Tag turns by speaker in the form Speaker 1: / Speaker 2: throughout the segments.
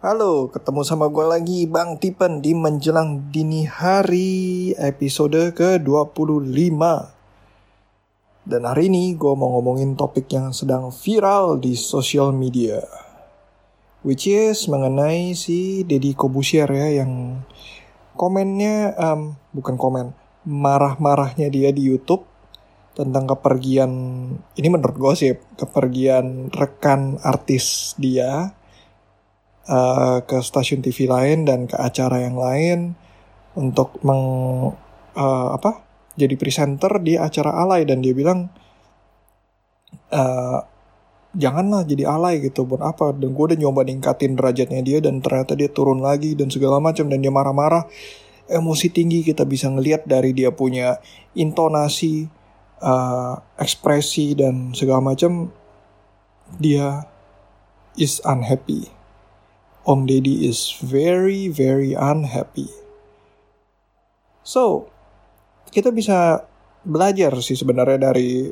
Speaker 1: Halo, ketemu sama gue lagi Bang Tipen di Menjelang Dini Hari episode ke-25. Dan hari ini gue mau ngomongin topik yang sedang viral di sosial media, which is mengenai si Deddy Corbuzier ya, yang komennya, bukan komen, marah-marahnya dia di YouTube tentang kepergian, ini menurut gosip, kepergian rekan artis dia ke stasiun TV lain dan ke acara yang lain untuk jadi presenter di acara alay, dan dia bilang janganlah jadi alay gitu, buat apa, dan gue udah nyoba ningkatin derajatnya dia dan ternyata dia turun lagi dan segala macam, dan dia marah-marah, emosi tinggi. Kita bisa ngelihat dari dia punya intonasi, ekspresi dan segala macam, dia is unhappy. Om Deddy is very, very unhappy. So, kita bisa belajar sih sebenarnya dari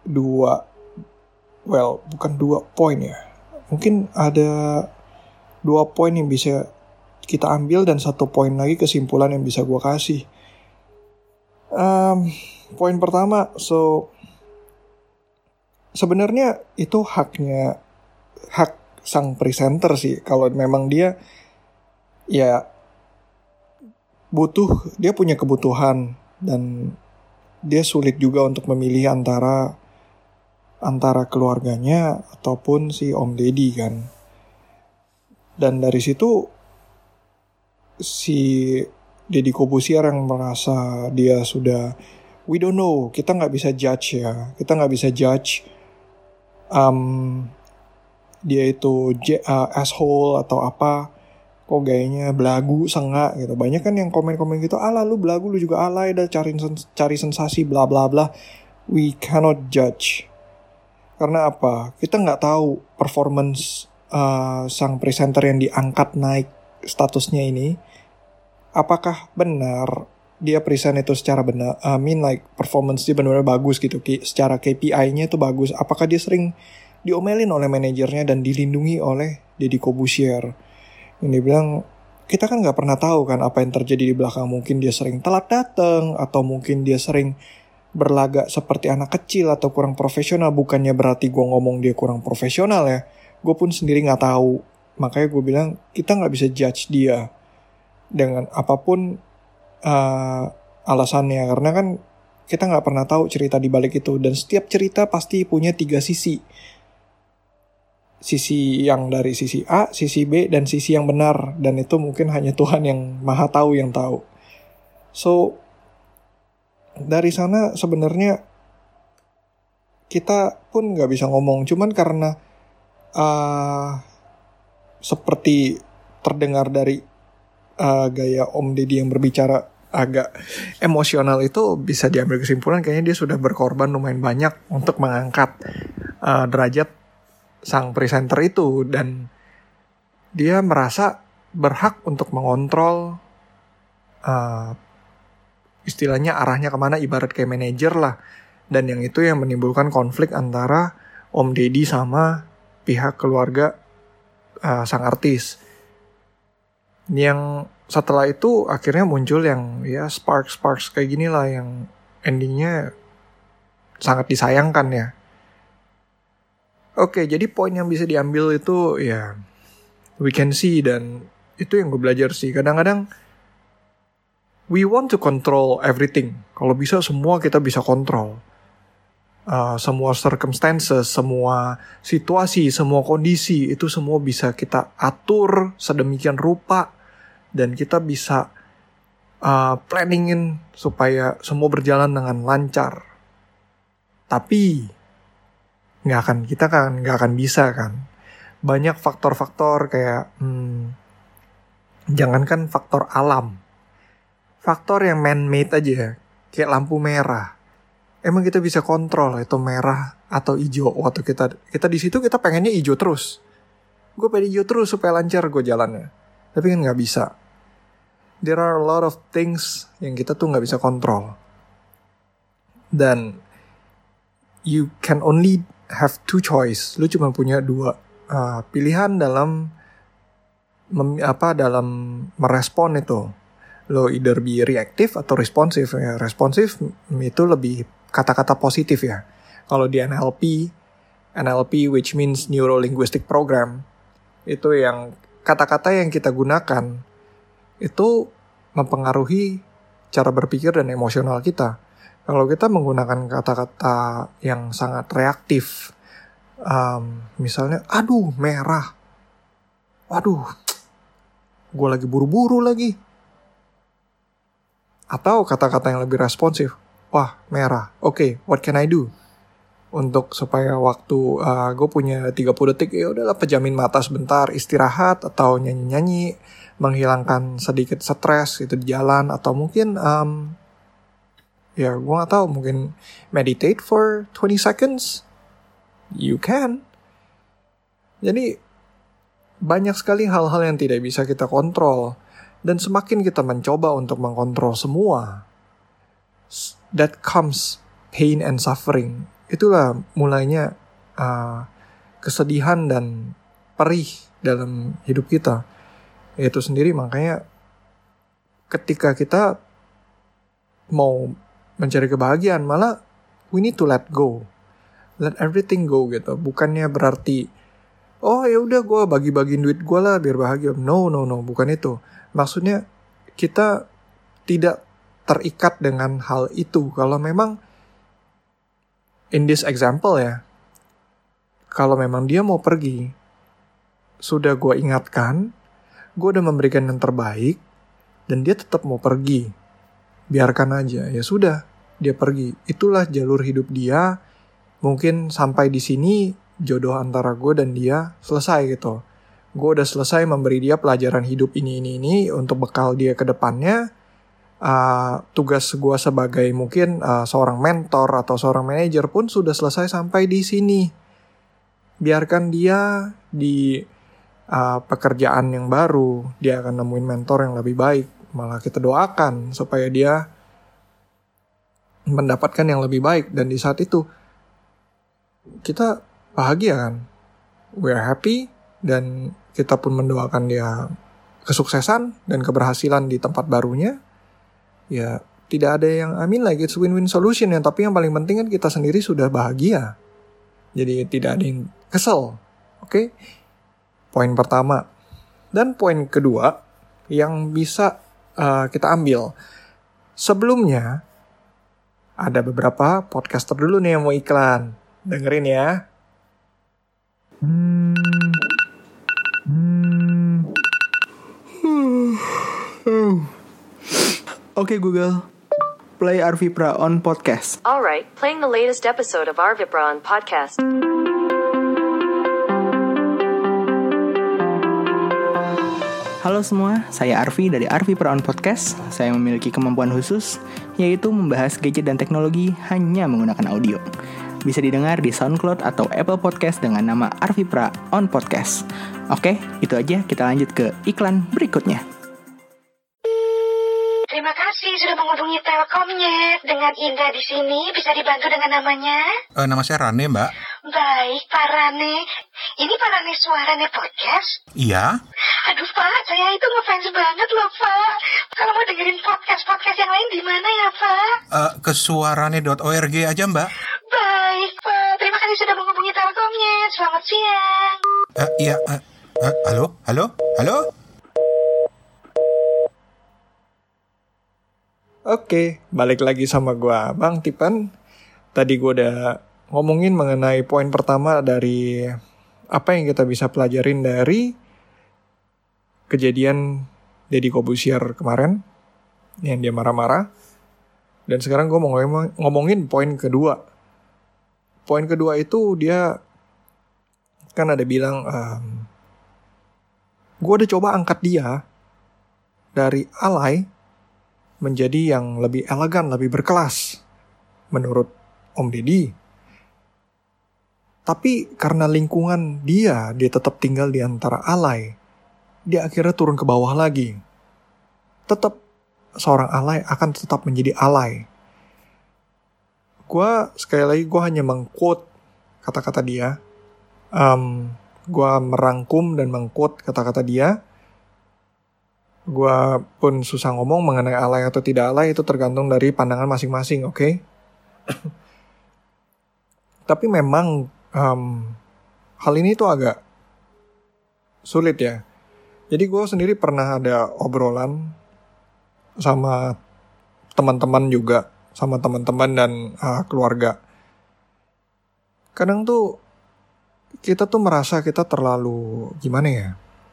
Speaker 1: bukan dua poin ya. Mungkin ada 2 poin yang bisa kita ambil dan 1 poin lagi kesimpulan yang bisa gue kasih. Poin pertama, sebenarnya itu hak sang presenter sih, kalau memang dia ya dia punya kebutuhan dan dia sulit juga untuk memilih antara keluarganya ataupun si Om Deddy kan. Dan dari situ si Deddy Corbuzier yang merasa dia sudah, we don't know, kita nggak bisa judge dia itu asshole atau apa, kok gayanya belagu, sengak gitu. Banyak kan yang komen-komen gitu, ala lu belagu, lu juga alay, dah cari sensasi bla bla bla. We cannot judge. Karena apa? Kita nggak tahu performance sang presenter yang diangkat naik statusnya ini, apakah benar dia present itu secara benar, performance dia benar-benar bagus gitu, secara KPI-nya itu bagus. Apakah dia sering diomelin oleh manajernya dan dilindungi oleh Deddy Corbuzier. Ini bilang, kita kan nggak pernah tahu kan apa yang terjadi di belakang. Mungkin dia sering telat datang, atau mungkin dia sering berlagak seperti anak kecil atau kurang profesional. Bukannya berarti gue ngomong dia kurang profesional ya. Gue pun sendiri nggak tahu. Makanya gue bilang, kita nggak bisa judge dia dengan apapun alasannya, karena kan kita nggak pernah tahu cerita di balik itu. Dan setiap cerita pasti punya 3 sisi. Sisi yang dari sisi A, sisi B, dan sisi yang benar. Dan itu mungkin hanya Tuhan yang maha tahu yang tahu. So, dari sana sebenarnya kita pun gak bisa ngomong. Cuman karena seperti terdengar dari gaya Om Deddy yang berbicara agak emosional, itu bisa diambil kesimpulan kayaknya dia sudah berkorban lumayan banyak untuk mengangkat derajat sang presenter itu, dan dia merasa berhak untuk mengontrol istilahnya arahnya kemana, ibarat kayak manajer lah. Dan yang itu yang menimbulkan konflik antara Om Deddy sama pihak keluarga sang artis. Yang setelah itu akhirnya muncul yang ya sparks kayak gini lah, yang endingnya sangat disayangkan ya. Oke, jadi poin yang bisa diambil itu ya, we can see, dan itu yang gue belajar sih. Kadang-kadang we want to control everything. Kalau bisa semua kita bisa kontrol. Semua circumstances, semua situasi, semua kondisi, itu semua bisa kita atur sedemikian rupa. Dan kita bisa planningin supaya semua berjalan dengan lancar. Tapi kita nggak akan bisa kan. Banyak faktor-faktor kayak jangankan faktor alam, faktor yang man-made aja, kayak lampu merah. Emang kita bisa kontrol itu merah atau hijau. Waktu kita di situ kita pengennya hijau terus. Gue pengen hijau terus supaya lancar gue jalannya. Tapi kan nggak bisa. There are a lot of things yang kita tuh nggak bisa kontrol. Dan you can only have 2 choice. Lu cuma punya 2 pilihan dalam dalam merespon itu. Lo either be reactive atau responsif ya. Responsif itu lebih kata-kata positif ya. Kalau di NLP which means Neuro Linguistic Program, itu yang kata-kata yang kita gunakan itu mempengaruhi cara berpikir dan emosional kita. Kalau kita menggunakan kata-kata yang sangat reaktif, misalnya, aduh merah, waduh, gue lagi buru-buru lagi. Atau kata-kata yang lebih responsif, wah merah, oke, what can I do? Untuk supaya waktu gue punya 30 detik, ya udahlah pejamin mata sebentar, istirahat, atau nyanyi-nyanyi, menghilangkan sedikit stres itu di jalan, atau mungkin ya gue gak tahu, mungkin meditate for 20 seconds. You can. Jadi banyak sekali hal-hal yang tidak bisa kita kontrol. Dan semakin kita mencoba untuk mengkontrol semua, that comes pain and suffering. Itulah mulainya kesedihan dan perih dalam hidup kita. Itu sendiri makanya ketika kita mau mencari kebahagiaan, malah we need to let go. Let everything go gitu. Bukannya berarti, oh ya udah gue bagi-bagiin duit gue lah biar bahagia. No, bukan itu. Maksudnya kita tidak terikat dengan hal itu. Kalau memang in this example ya, kalau memang dia mau pergi, sudah gue ingatkan, gue udah memberikan yang terbaik, dan dia tetap mau pergi, biarkan aja. Ya sudah, dia pergi. Itulah jalur hidup dia. Mungkin sampai di sini jodoh antara gue dan dia selesai gitu. Gue udah selesai memberi dia pelajaran hidup ini untuk bekal dia ke depannya. Tugas gue sebagai mungkin seorang mentor atau seorang manajer pun sudah selesai sampai di sini. Biarkan dia di pekerjaan yang baru, dia akan nemuin mentor yang lebih baik. Malah kita doakan supaya dia mendapatkan yang lebih baik. Dan di saat itu kita bahagia kan, we're happy, dan kita pun mendoakan dia kesuksesan dan keberhasilan di tempat barunya. Ya, tidak ada yang it's win-win solution ya. Tapi yang paling penting kan kita sendiri sudah bahagia. Jadi tidak ada yang kesel. Oke? Poin pertama. Dan poin kedua yang bisa kita ambil. Sebelumnya, ada beberapa podcaster dulu nih yang mau iklan. Dengerin ya.
Speaker 2: Okay, Google, play Arvipra on podcast.
Speaker 3: Alright, playing the latest episode of Arvipra on podcast.
Speaker 2: Halo semua, saya Arvi dari Arvipra on podcast. Saya memiliki kemampuan khusus, yaitu membahas gadget dan teknologi hanya menggunakan audio. Bisa didengar di SoundCloud atau Apple Podcast dengan nama Arvipra on podcast. Oke, itu aja, kita lanjut ke iklan berikutnya.
Speaker 4: Terima kasih sudah menghubungi Telkomnet. Dengan Indah di sini, bisa dibantu dengan namanya?
Speaker 5: Nama saya Rane, Mbak.
Speaker 4: Baik, Pak Rane. Ini Pak Rane Suarane Podcast?
Speaker 5: Iya.
Speaker 4: Aduh, Pak, saya itu ngefans banget loh, Pak. Kalau mau dengerin podcast yang lain di mana ya, Pak?
Speaker 5: Ke suarane.org aja, Mbak.
Speaker 4: Baik, Pak. Terima kasih sudah menghubungi Telkomnet. Selamat siang.
Speaker 5: Iya. Halo?
Speaker 1: Oke, balik lagi sama gue, Bang Tipan. Tadi gue udah ngomongin mengenai poin pertama dari apa yang kita bisa pelajarin dari kejadian Deddy Corbuzier kemarin, yang dia marah-marah. Dan sekarang gue mau ngomongin poin kedua. Poin kedua itu dia kan ada bilang, gue udah coba angkat dia dari alay menjadi yang lebih elegan, lebih berkelas, menurut Om Deddy. Tapi karena lingkungan dia tetap tinggal di antara alay, dia akhirnya turun ke bawah lagi. Tetap seorang alay akan tetap menjadi alay. Sekali lagi gue hanya meng-quote kata-kata dia. Gue merangkum dan meng-quote kata-kata dia. Gua pun susah ngomong mengenai alay atau tidak alay, itu tergantung dari pandangan masing-masing, oke? Tapi memang hal ini tuh agak sulit ya. Jadi gue sendiri pernah ada obrolan sama teman-teman juga, sama teman-teman dan keluarga. Kadang tuh kita tuh merasa kita terlalu gimana ya?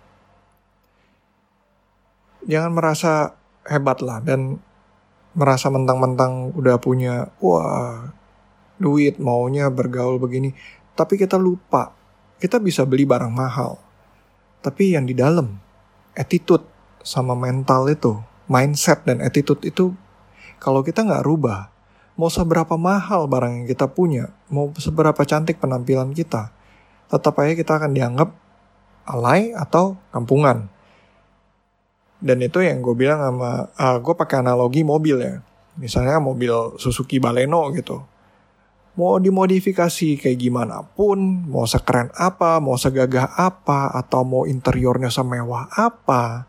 Speaker 1: Jangan merasa hebat lah dan merasa mentang-mentang udah punya duit, maunya bergaul begini. Tapi kita lupa, kita bisa beli barang mahal. Tapi yang di dalam, attitude sama mental itu, mindset dan attitude itu, kalau kita nggak rubah, mau seberapa mahal barang yang kita punya, mau seberapa cantik penampilan kita, tetap aja kita akan dianggap alay atau kampungan. Dan itu yang gue bilang sama, gue pakai analogi mobil ya. Misalnya mobil Suzuki Baleno gitu. Mau dimodifikasi kayak gimana pun, mau sekeren apa, mau segagah apa, atau mau interiornya semewah apa,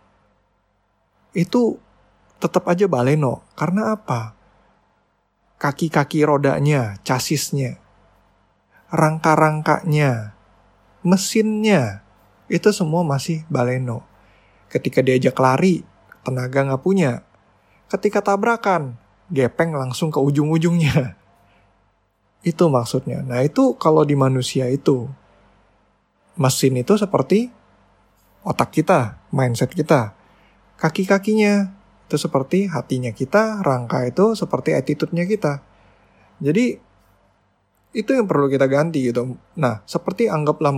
Speaker 1: itu tetap aja Baleno. Karena apa? Kaki-kaki rodanya, chassisnya, rangka-rangkanya, mesinnya, itu semua masih Baleno. Ketika diajak lari, tenaga nggak punya. Ketika tabrakan, gepeng langsung ke ujung-ujungnya. Itu maksudnya. Nah itu kalau di manusia itu, mesin itu seperti otak kita, mindset kita. Kaki-kakinya itu seperti hatinya kita, rangka itu seperti attitude-nya kita. Jadi itu yang perlu kita ganti gitu. Nah seperti anggaplah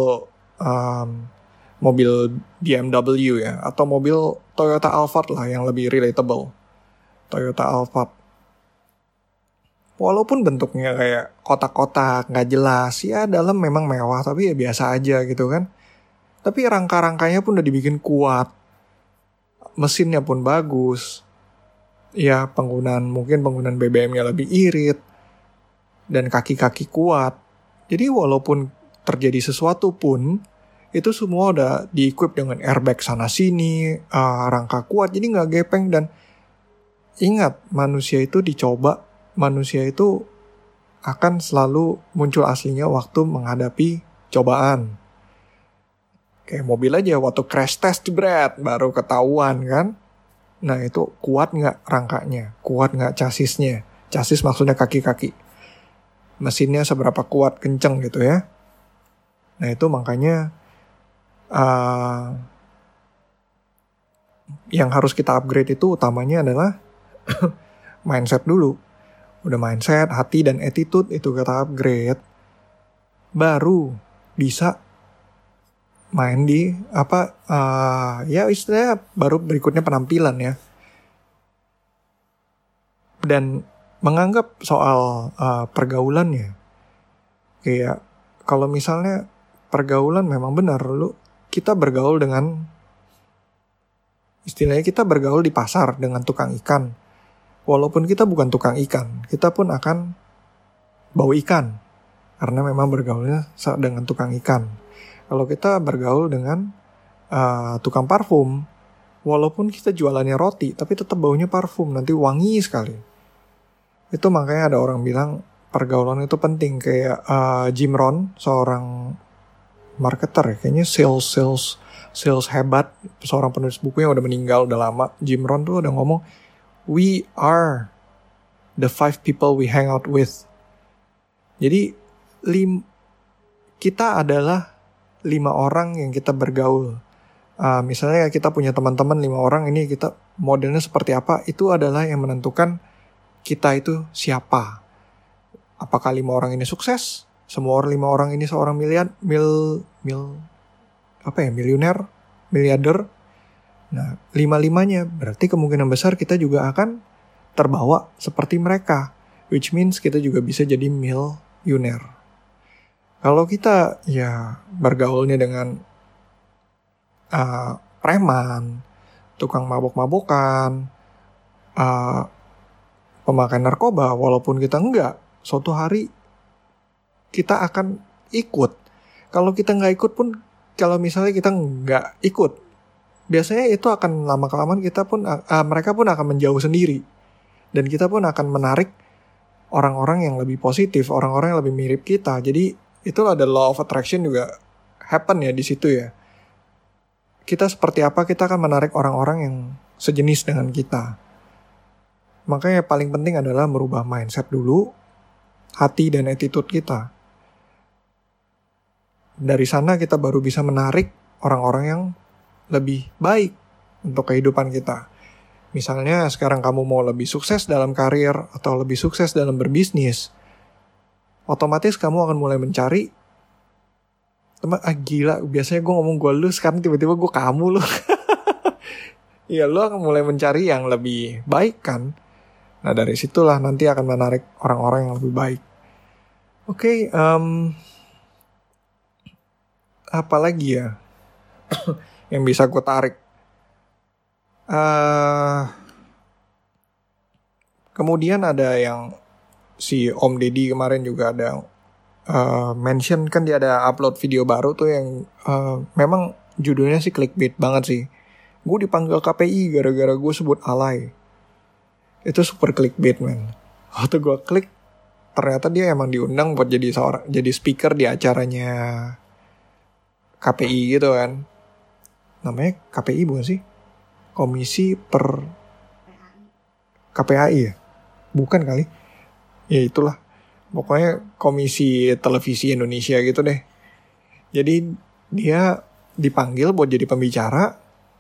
Speaker 1: mobil BMW ya, atau mobil Toyota Alphard lah yang lebih relatable. Toyota Alphard. Walaupun bentuknya kayak kotak-kotak, nggak jelas, ya dalam memang mewah, tapi ya biasa aja gitu kan. Tapi rangka-rangkanya pun udah dibikin kuat. Mesinnya pun bagus. Ya mungkin penggunaan BBM-nya lebih irit. Dan kaki-kaki kuat. Jadi walaupun terjadi sesuatu pun, itu semua udah di-equip dengan airbag sana-sini, rangka kuat, jadi nggak gepeng. Dan ingat, manusia itu dicoba, manusia itu akan selalu muncul aslinya waktu menghadapi cobaan. Kayak mobil aja, waktu crash test baru ketahuan kan. Nah itu kuat nggak rangkanya, kuat nggak chassisnya. Chassis maksudnya kaki-kaki. Mesinnya seberapa kuat, kenceng gitu ya. Nah itu makanya yang harus kita upgrade itu utamanya adalah mindset dulu. Udah mindset, hati dan attitude itu kita upgrade, baru bisa main di ya istilahnya baru berikutnya penampilan ya. Dan menganggap soal pergaulannya, kayak kalau misalnya pergaulan memang benar, kita bergaul dengan, istilahnya kita bergaul di pasar dengan tukang ikan. Walaupun kita bukan tukang ikan, kita pun akan bau ikan. Karena memang bergaulnya dengan tukang ikan. Kalau kita bergaul dengan tukang parfum, walaupun kita jualannya roti, tapi tetap baunya parfum, nanti wangi sekali. Itu makanya ada orang bilang pergaulan itu penting. Kayak Jim Rohn, seorang marketer, kayaknya sales hebat, seorang penulis buku yang udah meninggal udah lama. Jim Rohn tuh udah ngomong, we are the 5 people we hang out with. Jadi kita adalah 5 orang yang kita bergaul. Misalnya kita punya teman-teman 5 orang, ini kita modelnya seperti apa, itu adalah yang menentukan kita itu siapa. Apakah 5 orang ini sukses? Semua 5 orang ini seorang miliuner, miliarder. Nah, 5-5-nya berarti kemungkinan besar kita juga akan terbawa seperti mereka. Which means kita juga bisa jadi miliuner. Kalau kita ya bergaulnya dengan preman, tukang mabok-mabokan, pemakai narkoba, walaupun kita enggak, suatu hari kita akan ikut. Kalau kita nggak ikut pun, kalau misalnya kita nggak ikut biasanya itu akan lama-kelamaan mereka pun akan menjauh sendiri. Dan kita pun akan menarik orang-orang yang lebih positif, orang-orang yang lebih mirip kita. Jadi itu ada law of attraction juga happen ya di situ ya. Kita seperti apa, kita akan menarik orang-orang yang sejenis dengan kita. Makanya paling penting adalah merubah mindset dulu, hati dan attitude kita. Dari sana kita baru bisa menarik orang-orang yang lebih baik untuk kehidupan kita. Misalnya sekarang kamu mau lebih sukses dalam karir atau lebih sukses dalam berbisnis, otomatis kamu akan mulai mencari gila, biasanya gue ngomong gue lu, sekarang tiba-tiba gue kamu lu. Ya lu akan mulai mencari yang lebih baik kan. Nah dari situlah nanti akan menarik orang-orang yang lebih baik. Oke, apa lagi ya yang bisa gue tarik? Kemudian ada yang si Om Deddy kemarin juga ada mention, kan dia ada upload video baru tuh yang memang judulnya sih clickbait banget sih. Gue dipanggil KPI gara-gara gue sebut alay. Itu super clickbait man. Waktu gue klik, ternyata dia emang diundang buat jadi speaker di acaranya KPI gitu kan. Namanya KPI bukan sih? Komisi per KPAI ya? Bukan kali. Ya itulah. Pokoknya Komisi Televisi Indonesia gitu deh. Jadi dia dipanggil buat jadi pembicara.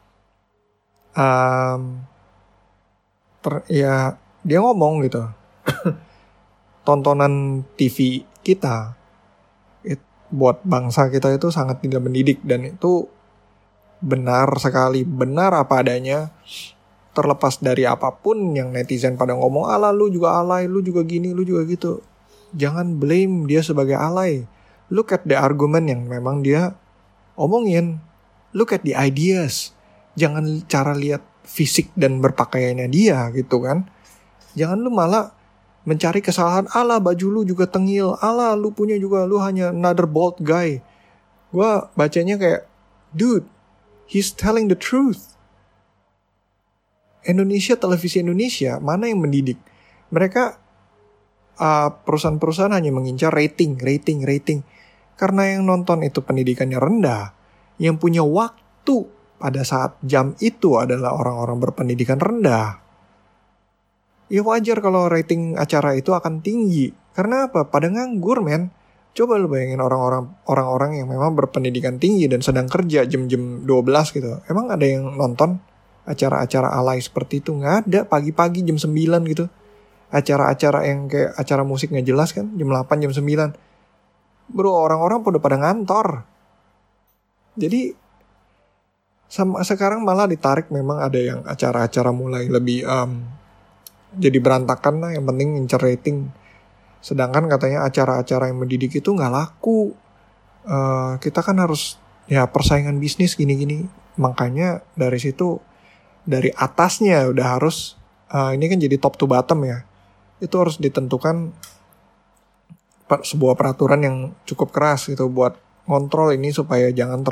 Speaker 1: Ya dia ngomong gitu. Tontonan TV kita buat bangsa kita itu sangat tidak mendidik. Dan itu benar sekali. Benar apa adanya. Terlepas dari apapun yang netizen pada ngomong, ala lu juga alay, lu juga gini, lu juga gitu. Jangan blame dia sebagai alay. Look at the argument yang memang dia omongin. Look at the ideas. Jangan cara lihat fisik dan berpakaiannya dia gitu kan. Jangan lu malah mencari kesalahan. Ala baju lu juga tengil. Ala lu punya juga, lu hanya another bald guy. Gua bacanya kayak, dude, he's telling the truth. Indonesia, televisi Indonesia, mana yang mendidik? Mereka perusahaan-perusahaan hanya mengincar rating. Karena yang nonton itu pendidikannya rendah. Yang punya waktu pada saat jam itu adalah orang-orang berpendidikan rendah. Ya wajar kalau rating acara itu akan tinggi. Karena apa? Pada nganggur men. Coba lu bayangin orang-orang yang memang berpendidikan tinggi dan sedang kerja jam-jam 12 gitu. Emang ada yang nonton acara-acara alay seperti itu? Nggak ada. Pagi-pagi jam 9 gitu. Acara-acara yang kayak acara musik nggak jelas kan, jam 8, jam 9. Bro, orang-orang udah pada ngantor. Jadi sekarang malah ditarik, memang ada yang acara-acara mulai lebih jadi berantakan lah, yang penting ngincer rating. Sedangkan katanya acara-acara yang mendidik itu nggak laku. Kita kan harus ya persaingan bisnis gini-gini. Makanya dari situ, dari atasnya udah harus ini kan jadi top to bottom ya, itu harus ditentukan sebuah peraturan yang cukup keras gitu buat ngontrol ini supaya jangan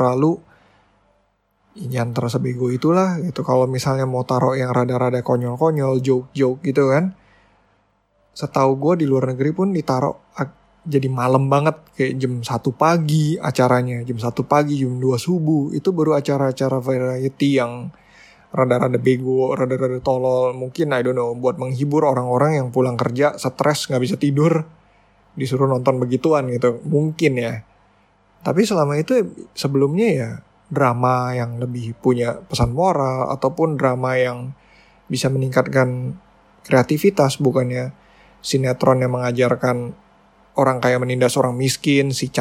Speaker 1: terasa bego itulah gitu. Kalau misalnya mau taruh yang rada-rada konyol-konyol, joke-joke gitu kan, setahu gue di luar negeri pun ditaruh jadi malam banget, kayak jam 1 pagi acaranya, jam 1 pagi, jam 2 subuh, itu baru acara-acara variety yang rada-rada bego, rada-rada tolol. Mungkin I don't know, buat menghibur orang-orang yang pulang kerja stres gak bisa tidur, disuruh nonton begituan gitu, mungkin ya. Tapi selama itu sebelumnya ya drama yang lebih punya pesan moral, ataupun drama yang bisa meningkatkan kreativitas, bukannya sinetron yang mengajarkan orang kaya menindas orang miskin, si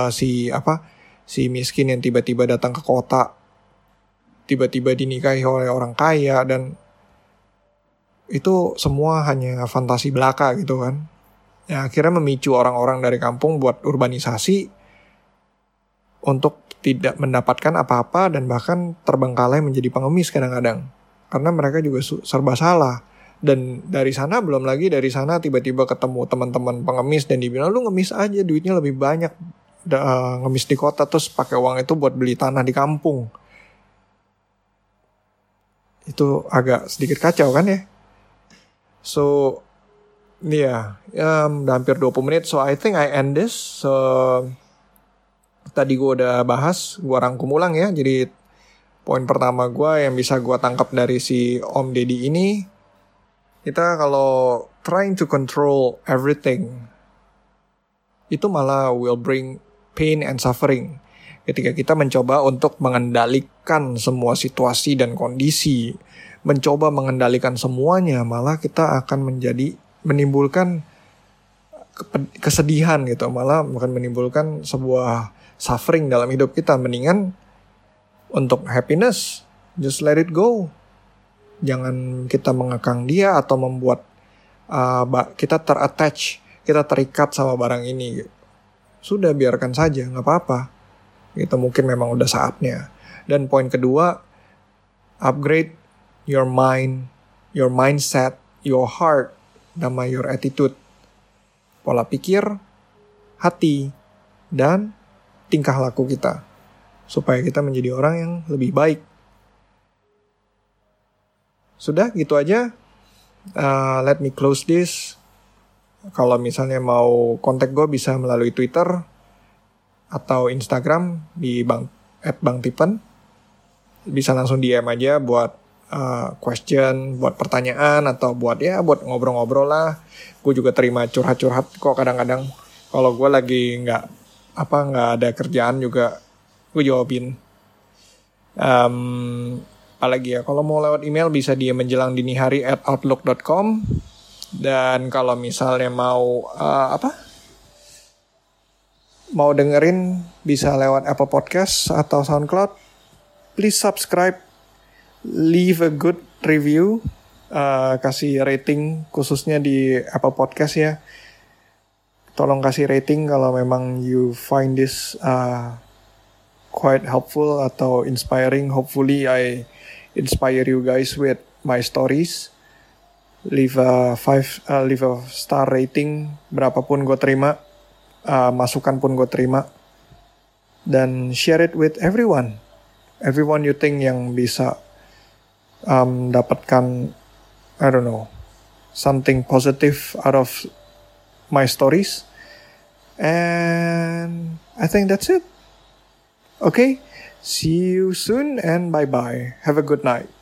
Speaker 1: miskin yang tiba-tiba datang ke kota, tiba-tiba dinikahi oleh orang kaya, dan itu semua hanya fantasi belaka gitu kan. Ya akhirnya memicu orang-orang dari kampung buat urbanisasi untuk tidak mendapatkan apa-apa dan bahkan terbengkalai menjadi pengemis kadang-kadang. Karena mereka juga serba salah. Dan dari sana tiba-tiba ketemu teman-teman pengemis dan dibilang, lu ngemis aja, duitnya lebih banyak ngemis di kota, terus pakai uang itu buat beli tanah di kampung. itu agak sedikit kacau kan ya. So udah hampir 20 menit. So I think I end this. So tadi gue udah bahas, gue rangkum ulang ya. Jadi poin pertama gue yang bisa gue tangkap dari si Om Deddy ini, kita kalau trying to control everything, itu malah will bring pain and suffering. Ketika kita mencoba untuk mengendalikan semua situasi dan kondisi, mencoba mengendalikan semuanya, malah kita akan menimbulkan kesedihan gitu, malah akan menimbulkan sebuah suffering dalam hidup kita. Mendingan untuk happiness, just let it go. Jangan kita mengekang dia atau membuat kita terattach, kita terikat sama barang ini. Sudah, biarkan saja, gak apa-apa. Itu mungkin memang udah saatnya. Dan poin kedua, upgrade your mind, your mindset, your heart, sama your attitude. Pola pikir, hati, dan tingkah laku kita. Supaya kita menjadi orang yang lebih baik. Sudah, gitu aja. Let me close this. Kalau misalnya mau kontak gue bisa melalui Twitter atau Instagram di @bangtipen. Bisa langsung DM aja buat question, buat pertanyaan, atau buat ngobrol-ngobrol lah. Gue juga terima curhat-curhat kok kadang-kadang. Kalau gue lagi nggak ada kerjaan juga gue jawabin. Apalagi ya, kalau mau lewat email bisa di menjelang-dini-hari@outlook.com. Dan kalau misalnya mau mau dengerin bisa lewat Apple Podcast atau SoundCloud. Please subscribe, leave a good review, kasih rating khususnya di Apple Podcast ya. Tolong kasih rating kalau memang you find this quite helpful atau inspiring. Hopefully I inspire you guys with my stories. Leave a star rating, berapapun gue terima, masukan pun gue terima, dan share it with everyone you think yang bisa dapatkan, I don't know, something positive out of my stories. And I think that's it. Okay, see you soon and bye-bye. Have a good night.